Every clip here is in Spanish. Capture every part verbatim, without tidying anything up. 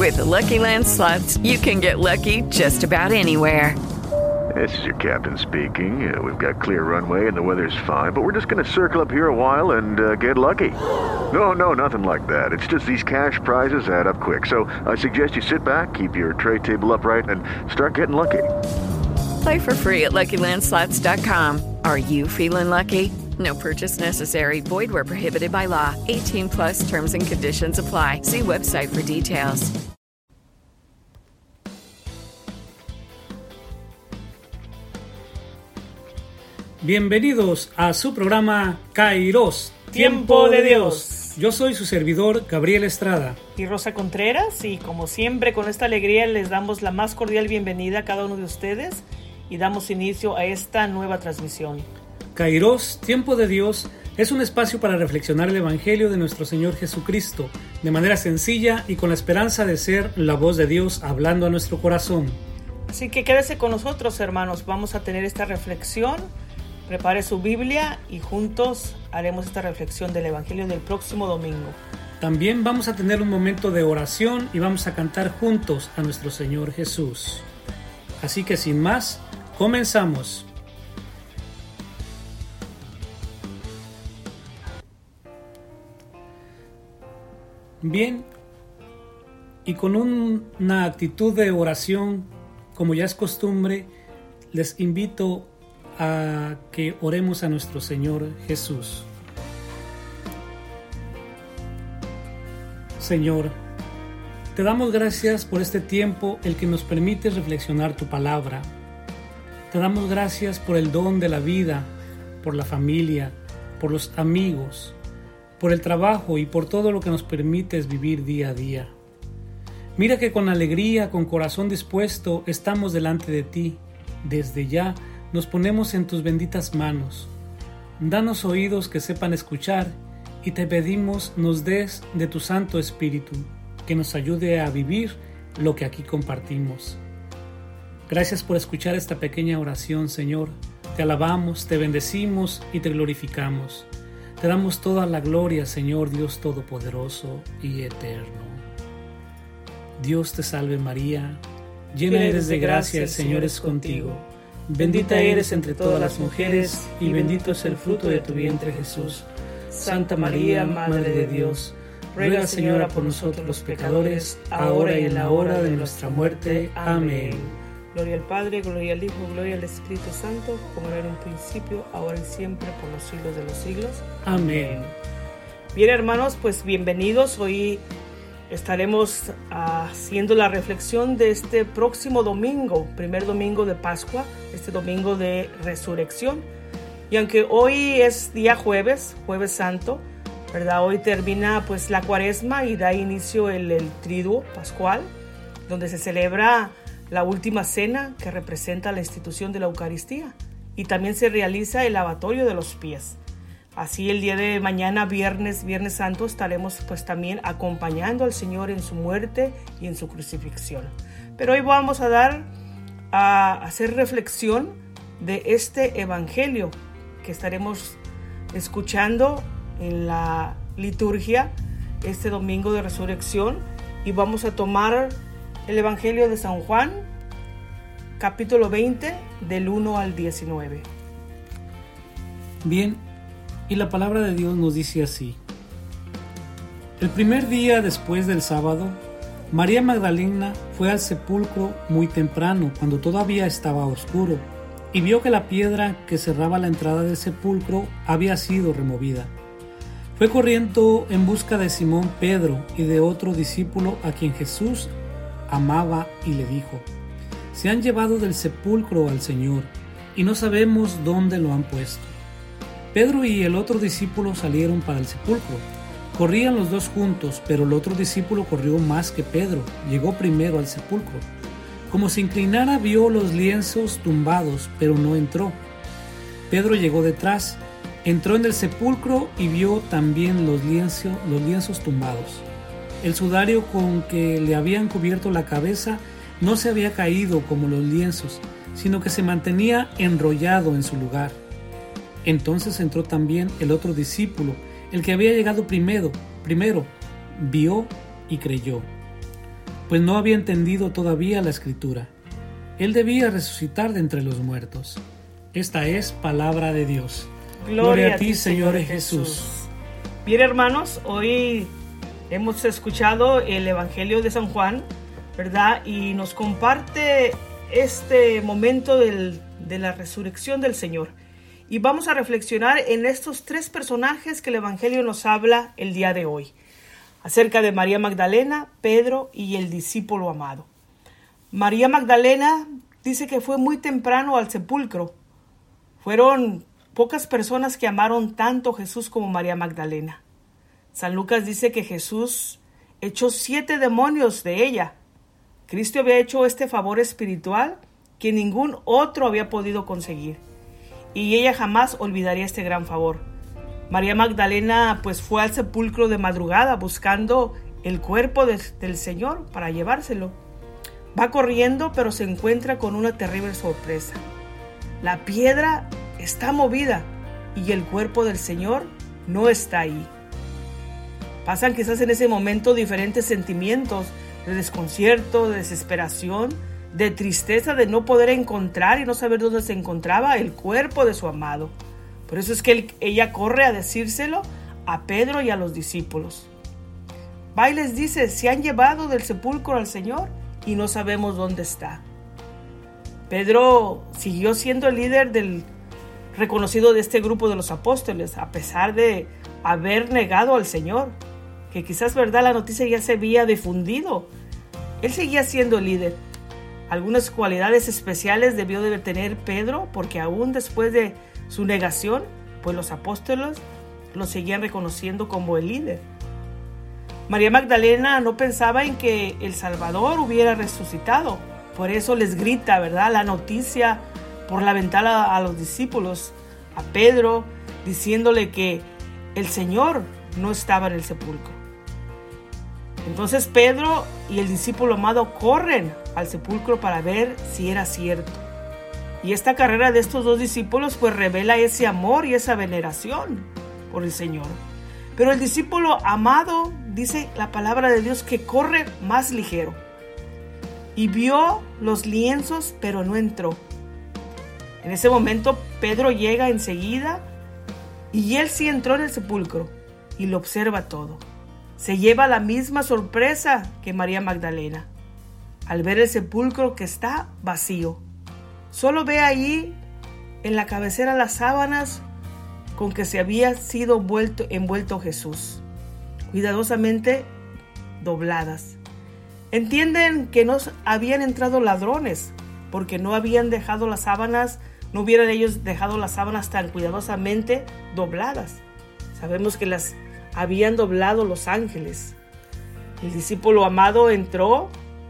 With the Lucky Land Slots, you can get lucky just about anywhere. This is your captain speaking. Uh, we've got clear runway and the weather's fine, but we're just going to circle up here a while and uh, get lucky. No, no, nothing like that. It's just these cash prizes add up quick. So I suggest you sit back, keep your tray table upright, and start getting lucky. Play for free at Lucky Land Slots dot com. Are you feeling lucky? No purchase necessary. Void where prohibited by law. eighteen plus terms and conditions apply. See website for details. Bienvenidos a su programa Kairos, Tiempo de Dios. Yo soy su servidor, Gabriel Estrada. Y Rosa Contreras, y como siempre, con esta alegría les damos la más cordial bienvenida a cada uno de ustedes y damos inicio a esta nueva transmisión. Kairos, Tiempo de Dios, es un espacio para reflexionar el Evangelio de nuestro Señor Jesucristo, de manera sencilla y con la esperanza de ser la voz de Dios hablando a nuestro corazón. Así que quédese con nosotros, hermanos, vamos a tener esta reflexión. Prepare su Biblia y juntos haremos esta reflexión del Evangelio del próximo domingo. También vamos a tener un momento de oración y vamos a cantar juntos a nuestro Señor Jesús. Así que sin más, comenzamos. Bien, y con un, una actitud de oración, como ya es costumbre, les invito a que oremos a nuestro Señor Jesús. Señor, te damos gracias por este tiempo el que nos permite reflexionar tu palabra. Te damos gracias por el don de la vida, por la familia, por los amigos, por el trabajo y por todo lo que nos permites vivir día a día. Mira que con alegría, con corazón dispuesto, estamos delante de ti. Desde ya nos ponemos en tus benditas manos. Danos oídos que sepan escuchar y te pedimos nos des de tu Santo Espíritu, que nos ayude a vivir lo que aquí compartimos. Gracias por escuchar esta pequeña oración, Señor. Te alabamos, te bendecimos y te glorificamos. Te damos toda la gloria, Señor Dios Todopoderoso y Eterno. Dios te salve María, llena eres de gracia, el Señor es contigo. Bendita eres entre todas las mujeres, y bendito es el fruto de tu vientre, Jesús. Santa María, Madre de Dios, ruega, Señora, por nosotros los pecadores, ahora y en la hora de nuestra muerte. Amén. Gloria al Padre, gloria al Hijo, gloria al Espíritu Santo, como era en un principio, ahora y siempre, por los siglos de los siglos. Amén. Bien, hermanos, pues bienvenidos. Hoy estaremos haciendo la reflexión de este próximo domingo, primer domingo de Pascua, este domingo de Resurrección. Y aunque hoy es día jueves, jueves santo, ¿verdad? Hoy termina pues la cuaresma y da inicio el, el triduo pascual, donde se celebra la última cena que representa la institución de la Eucaristía. Y también se realiza el lavatorio de los pies. Así el día de mañana, viernes, viernes santo, estaremos pues también acompañando al Señor en su muerte y en su crucifixión. Pero hoy vamos a dar, a hacer reflexión de este evangelio que estaremos escuchando en la liturgia este domingo de resurrección. Y vamos a tomar el evangelio de San Juan, capítulo veinte, del uno al diecinueve. Bien. Y la palabra de Dios nos dice así. El primer día después del sábado, María Magdalena fue al sepulcro muy temprano, cuando todavía estaba oscuro, y vio que la piedra que cerraba la entrada del sepulcro había sido removida. Fue corriendo en busca de Simón Pedro y de otro discípulo a quien Jesús amaba y le dijo: Se han llevado del sepulcro al Señor, y no sabemos dónde lo han puesto. Pedro y el otro discípulo salieron para el sepulcro. Corrían los dos juntos, pero el otro discípulo corrió más que Pedro. Llegó primero al sepulcro. Como se inclinara, vio los lienzos tumbados, pero no entró. Pedro llegó detrás, entró en el sepulcro y vio también los lienzos, los lienzos tumbados. El sudario con que le habían cubierto la cabeza no se había caído como los lienzos, sino que se mantenía enrollado en su lugar. Entonces entró también el otro discípulo, el que había llegado primero, primero, vio y creyó. pues no había entendido todavía la Escritura. Él debía resucitar de entre los muertos. Esta es palabra de Dios. Gloria, Gloria a ti, Señor Jesús. Jesús. Bien, hermanos, hoy hemos escuchado el Evangelio de San Juan, ¿verdad? Y nos comparte este momento del, de la resurrección del Señor. Y vamos a reflexionar en estos tres personajes que el Evangelio nos habla el día de hoy, acerca de María Magdalena, Pedro y el discípulo amado. María Magdalena dice que fue muy temprano al sepulcro. Fueron pocas personas que amaron tanto a Jesús como María Magdalena. San Lucas dice que Jesús echó siete demonios de ella. Cristo había hecho este favor espiritual que ningún otro había podido conseguir. Y ella jamás olvidaría este gran favor. María Magdalena pues fue al sepulcro de madrugada buscando el cuerpo de, del Señor para llevárselo. Va corriendo, pero se encuentra con una terrible sorpresa. La piedra está movida y el cuerpo del Señor no está ahí. Pasan quizás en ese momento diferentes sentimientos de desconcierto, de desesperación, de tristeza de no poder encontrar y no saber dónde se encontraba el cuerpo de su amado. Por eso es que él, ella corre a decírselo a Pedro y a los discípulos. Va y les dice, se han llevado del sepulcro al Señor y no sabemos dónde está. Pedro siguió siendo el líder del reconocido de este grupo de los apóstoles, a pesar de haber negado al Señor, que quizás verdad la noticia ya se había difundido. Él seguía siendo el líder. Algunas cualidades especiales debió de tener Pedro, porque aún después de su negación, pues los apóstoles lo seguían reconociendo como el líder. María Magdalena no pensaba en que el Salvador hubiera resucitado. Por eso les grita, ¿verdad?, la noticia por la ventana a los discípulos, a Pedro, diciéndole que el Señor no estaba en el sepulcro. Entonces Pedro y el discípulo amado corren al sepulcro para ver si era cierto. Y esta carrera de estos dos discípulos pues revela ese amor y esa veneración por el Señor. Pero el discípulo amado, dice la palabra de Dios, que corre más ligero. Y vio los lienzos, pero no entró. En ese momento Pedro llega enseguida y él sí entró en el sepulcro y lo observa todo. Se lleva la misma sorpresa que María Magdalena al ver el sepulcro que está vacío. Solo ve ahí en la cabecera las sábanas con que se había sido envuelto, envuelto Jesús, cuidadosamente dobladas. Entienden que no habían entrado ladrones, porque no habían dejado las sábanas, no hubieran ellos dejado las sábanas tan cuidadosamente dobladas. Sabemos que las habían doblado los ángeles. El discípulo amado entró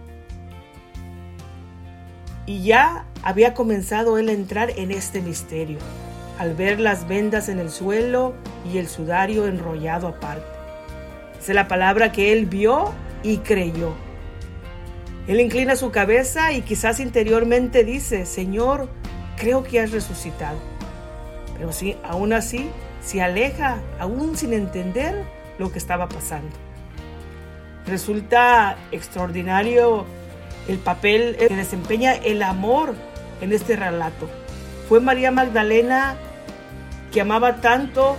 y ya había comenzado él a entrar en este misterio, al ver las vendas en el suelo y el sudario enrollado aparte. Esa es la palabra que él vio y creyó. Él inclina su cabeza y quizás interiormente dice, Señor, creo que has resucitado. Pero sí, aún así, se aleja, aún sin entender lo que estaba pasando. Resulta extraordinario el papel que desempeña el amor en este relato. Fue María Magdalena que amaba tanto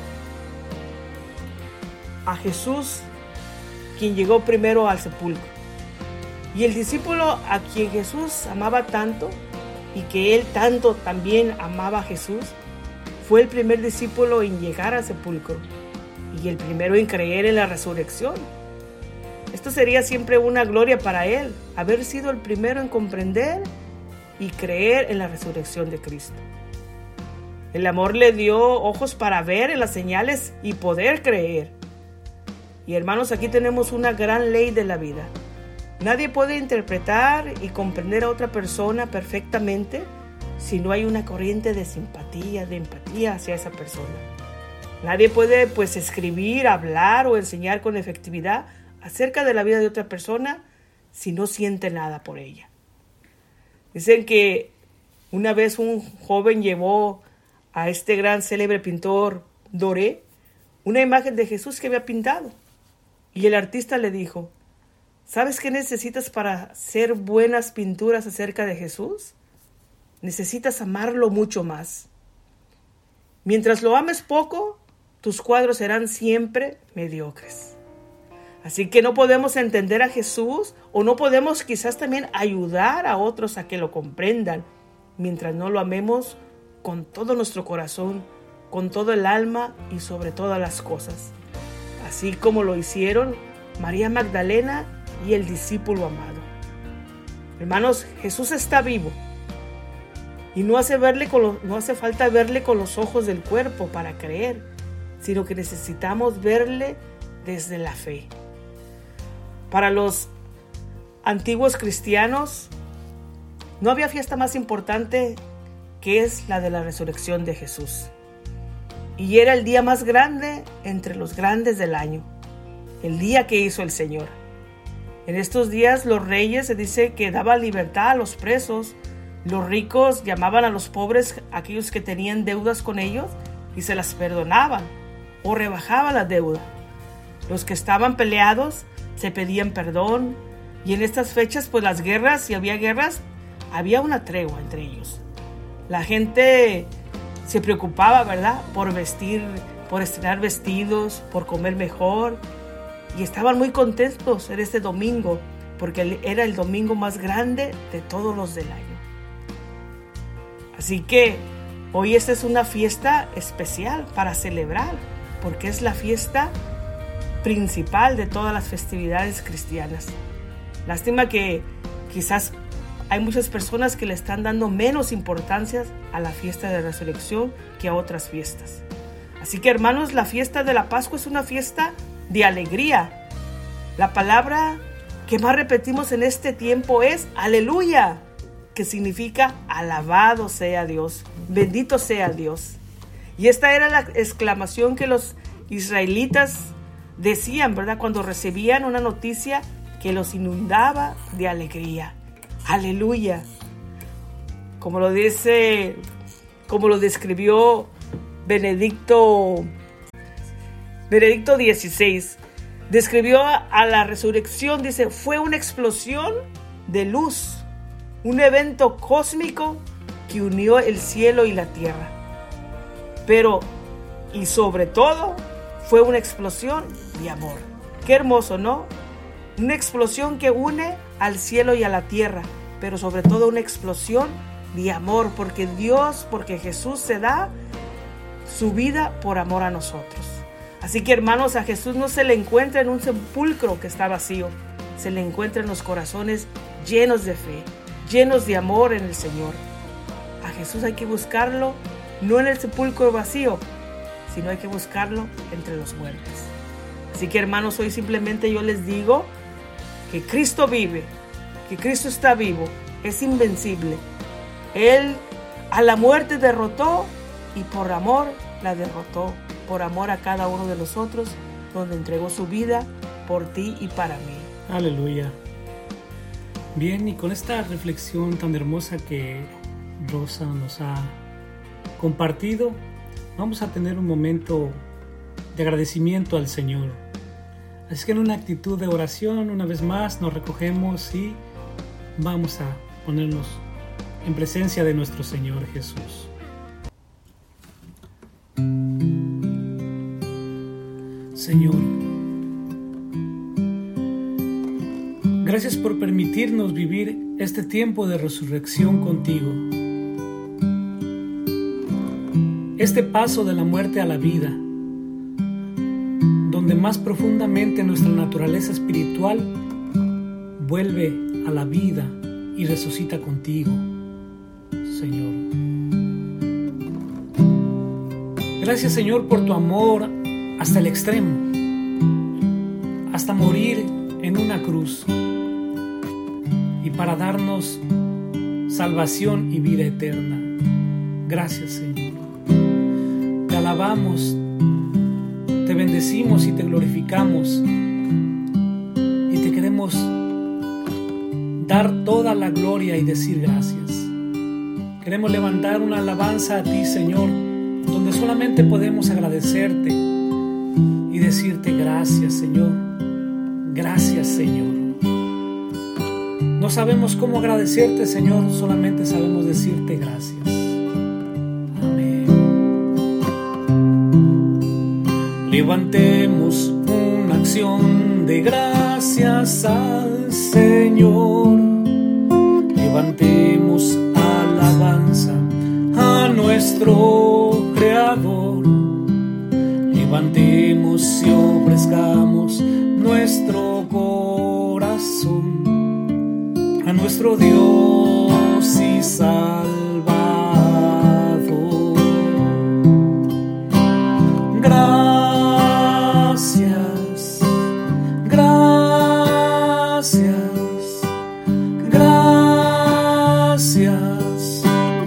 a Jesús, quien llegó primero al sepulcro. Y el discípulo a quien Jesús amaba tanto y que él tanto también amaba a Jesús, fue el primer discípulo en llegar al sepulcro y el primero en creer en la resurrección. Esto sería siempre una gloria para él, haber sido el primero en comprender y creer en la resurrección de Cristo. El amor le dio ojos para ver en las señales y poder creer. Y hermanos, aquí tenemos una gran ley de la vida. Nadie puede interpretar y comprender a otra persona perfectamente si no hay una corriente de simpatía, de empatía hacia esa persona. Nadie puede pues escribir, hablar o enseñar con efectividad acerca de la vida de otra persona si no siente nada por ella. Dicen que una vez un joven llevó a este gran célebre pintor Doré una imagen de Jesús que había pintado. Y el artista le dijo, ¿Sabes qué necesitas para hacer buenas pinturas acerca de Jesús? Necesitas amarlo mucho más. Mientras lo ames poco, tus cuadros serán siempre mediocres. Así que no podemos entender a Jesús o no podemos quizás también ayudar a otros a que lo comprendan mientras no lo amemos con todo nuestro corazón, con todo el alma y sobre todas las cosas. Así como lo hicieron María Magdalena y el discípulo amado. Hermanos, Jesús está vivo y no hace, verle con lo, no hace falta verle con los ojos del cuerpo para creer, sino que necesitamos verle desde la fe. Para los antiguos cristianos, no había fiesta más importante que es la de la resurrección de Jesús. Y era el día más grande entre los grandes del año, el día que hizo el Señor. En estos días los reyes se dice que daban libertad a los presos, los ricos llamaban a los pobres, aquellos que tenían deudas con ellos, y se las perdonaban o rebajaban la deuda. Los que estaban peleados se pedían perdón, y en estas fechas, pues las guerras, si había guerras, había una tregua entre ellos. La gente se preocupaba, ¿verdad?, por vestir, por estrenar vestidos, por comer mejor, y estaban muy contentos en este domingo, porque era el domingo más grande de todos los del año. Así que hoy esta es una fiesta especial para celebrar, porque es la fiesta principal de todas las festividades cristianas. Lástima que quizás hay muchas personas que le están dando menos importancia a la fiesta de resurrección que a otras fiestas. Así que, hermanos, la fiesta de la Pascua es una fiesta de alegría. La palabra que más repetimos en este tiempo es aleluya, que significa alabado sea Dios, bendito sea Dios. Y esta era la exclamación que los israelitas decían, ¿verdad?, cuando recibían una noticia que los inundaba de alegría. Aleluya. Como lo dice, como lo describió Benedicto, Benedicto dieciséis. Describió a la resurrección, dice, fue una explosión de luz, un evento cósmico que unió el cielo y la tierra. Pero, y sobre todo, fue una explosión de amor. Qué hermoso, ¿no? Una explosión que une al cielo y a la tierra, pero sobre todo una explosión de amor, porque Dios, porque Jesús se da su vida por amor a nosotros. Así que, hermanos, a Jesús no se le encuentra en un sepulcro que está vacío, se le encuentra en los corazones llenos de fe, llenos de amor en el Señor. A Jesús hay que buscarlo no en el sepulcro vacío, sino hay que buscarlo entre los muertos. Así que, hermanos, hoy simplemente yo les digo que Cristo vive, que Cristo está vivo, es invencible. Él a la muerte derrotó y por amor la derrotó, por amor a cada uno de nosotros, donde entregó su vida por ti y para mí. Aleluya. Bien, y con esta reflexión tan hermosa que Rosa nos ha compartido, vamos a tener un momento de agradecimiento al Señor. Así que en una actitud de oración, una vez más, nos recogemos y vamos a ponernos en presencia de nuestro Señor Jesús. Señor, gracias por permitirnos vivir este tiempo de resurrección contigo. Este paso de la muerte a la vida, donde más profundamente nuestra naturaleza espiritual vuelve a la vida y resucita contigo, Señor. Gracias, Señor, por tu amor hasta el extremo, hasta morir en una cruz y para darnos salvación y vida eterna. Gracias, Señor. Te alabamos, te bendecimos y te glorificamos y te queremos dar toda la gloria y decir gracias. Queremos levantar una alabanza a ti, Señor, donde solamente podemos agradecerte y decirte gracias, Señor. Gracias, Señor. no sabemos cómo agradecerte, Señor, solamente sabemos decirte gracias. Amén. Levantemos una acción de gracias al Señor. Levantemos alabanza a nuestro Creador. Levantemos y ofrezcamos nuestro corazón a nuestro Dios y Salvador. Gracias, gracias, gracias,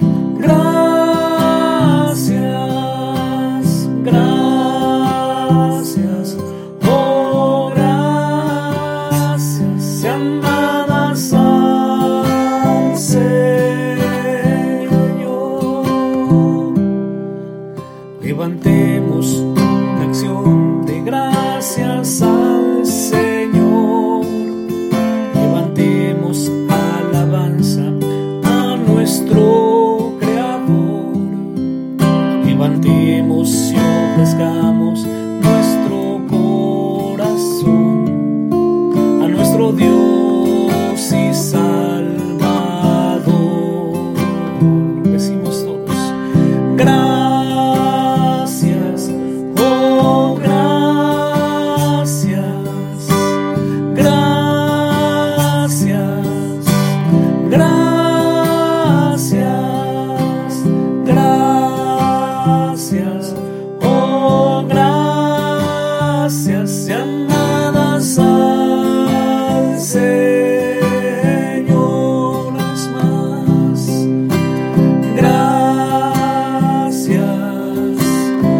gracias, gracias, oh gracias sean dadas al Señor. Levantemos una acción de gracias al Señor. Levantemos alabanza a nuestro Creador. Levantemos y ofrezcamos nuestro corazón a nuestro Dios y Salvador. Decimos todos, gracias, oh gracias, gracias, gracias, gracias, oh gracias sean dadas al Señor. Es más, gracias,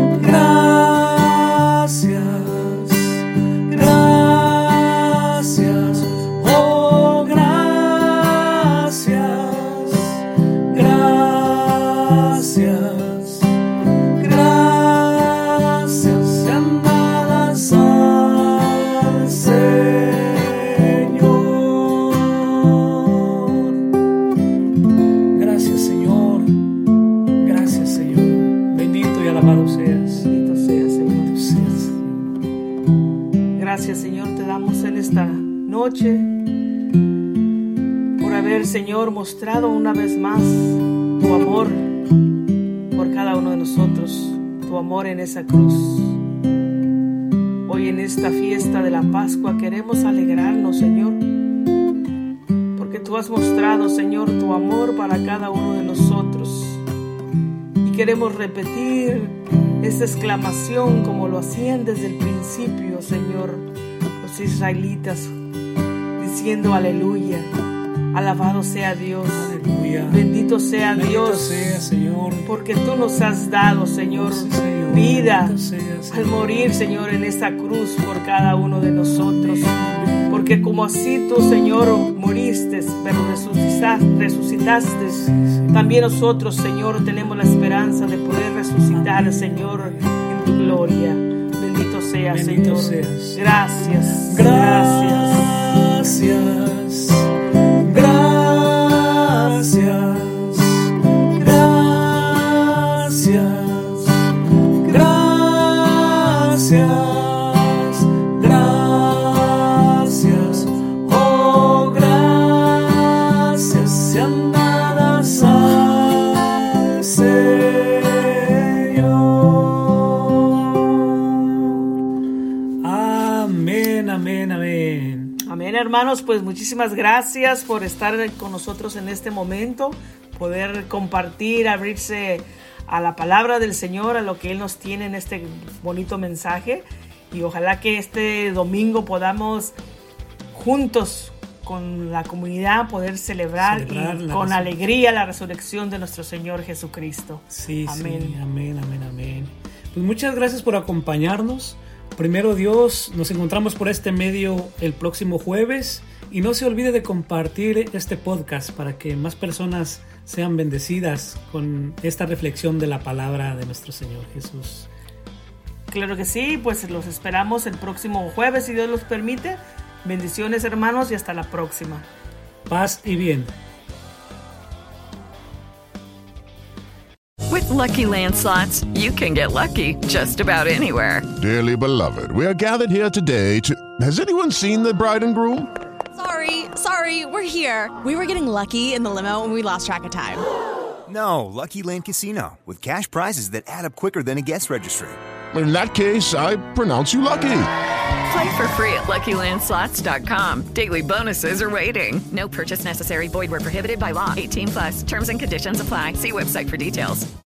gracias, gracias, oh gracias, gracias, gracias sean dadas al Señor. Gracias, Señor. Gracias, Señor. Bendito y alabado seas. Bendito sea, Señor. Bendito seas. Gracias, Señor, te damos en esta noche por haber, Señor, mostrado una vez más tu amor por cada uno de nosotros, tu amor en esa cruz. Hoy en esta fiesta de la Pascua queremos alegrarnos, Señor, porque tú has mostrado, Señor, tu amor para cada uno de nosotros. Y queremos repetir esta exclamación como lo hacían desde el principio, Señor, los israelitas, diciendo aleluya, alabado sea Dios, Aleluya. bendito sea Bendito Dios, sea, Señor. porque tú nos has dado, Señor, Sí, Señor. vida Bendito sea, Señor. al morir, Señor, en esta cruz por cada uno de nosotros. Porque como así tú, Señor, moriste, pero resucitaste, resucitaste, también nosotros, Señor, tenemos la esperanza de poder resucitar, Señor, en tu gloria. Bendito sea, Bendito Señor. seas. Gracias, gracias. Gracias, gracias, gracias, gracias, gracias, oh gracias sean dadas al Señor. Amén, amén, amén. Amén, hermanos, pues muchísimas gracias por estar con nosotros en este momento, poder compartir, abrirse a la palabra del Señor, a lo que Él nos tiene en este bonito mensaje, y ojalá que este domingo podamos juntos con la comunidad poder celebrar, Celebrar y la con resur- alegría la resurrección de nuestro Señor Jesucristo. Sí, Amén. sí, amén, amén, amén. Pues muchas gracias por acompañarnos. Primero Dios, nos encontramos por este medio el próximo jueves y no se olvide de compartir este podcast para que más personas sean bendecidas con esta reflexión de la palabra de nuestro Señor Jesús. Claro que sí, pues los esperamos el próximo jueves, si Dios los permite. Bendiciones, hermanos, y hasta la próxima. paz y bien. With Lucky Land Slots, you can get lucky just about anywhere. Dearly beloved, we are gathered here today to... Has anyone seen the bride and groom? Sorry, sorry, we're here. We were getting lucky in the limo and we lost track of time. No, Lucky Land Casino, with cash prizes that add up quicker than a guest registry. In that case, I pronounce you lucky. Play for free at Lucky Land Slots dot com. Daily bonuses are waiting. No purchase necessary. Void where prohibited by law. eighteen plus. Terms and conditions apply. See website for details.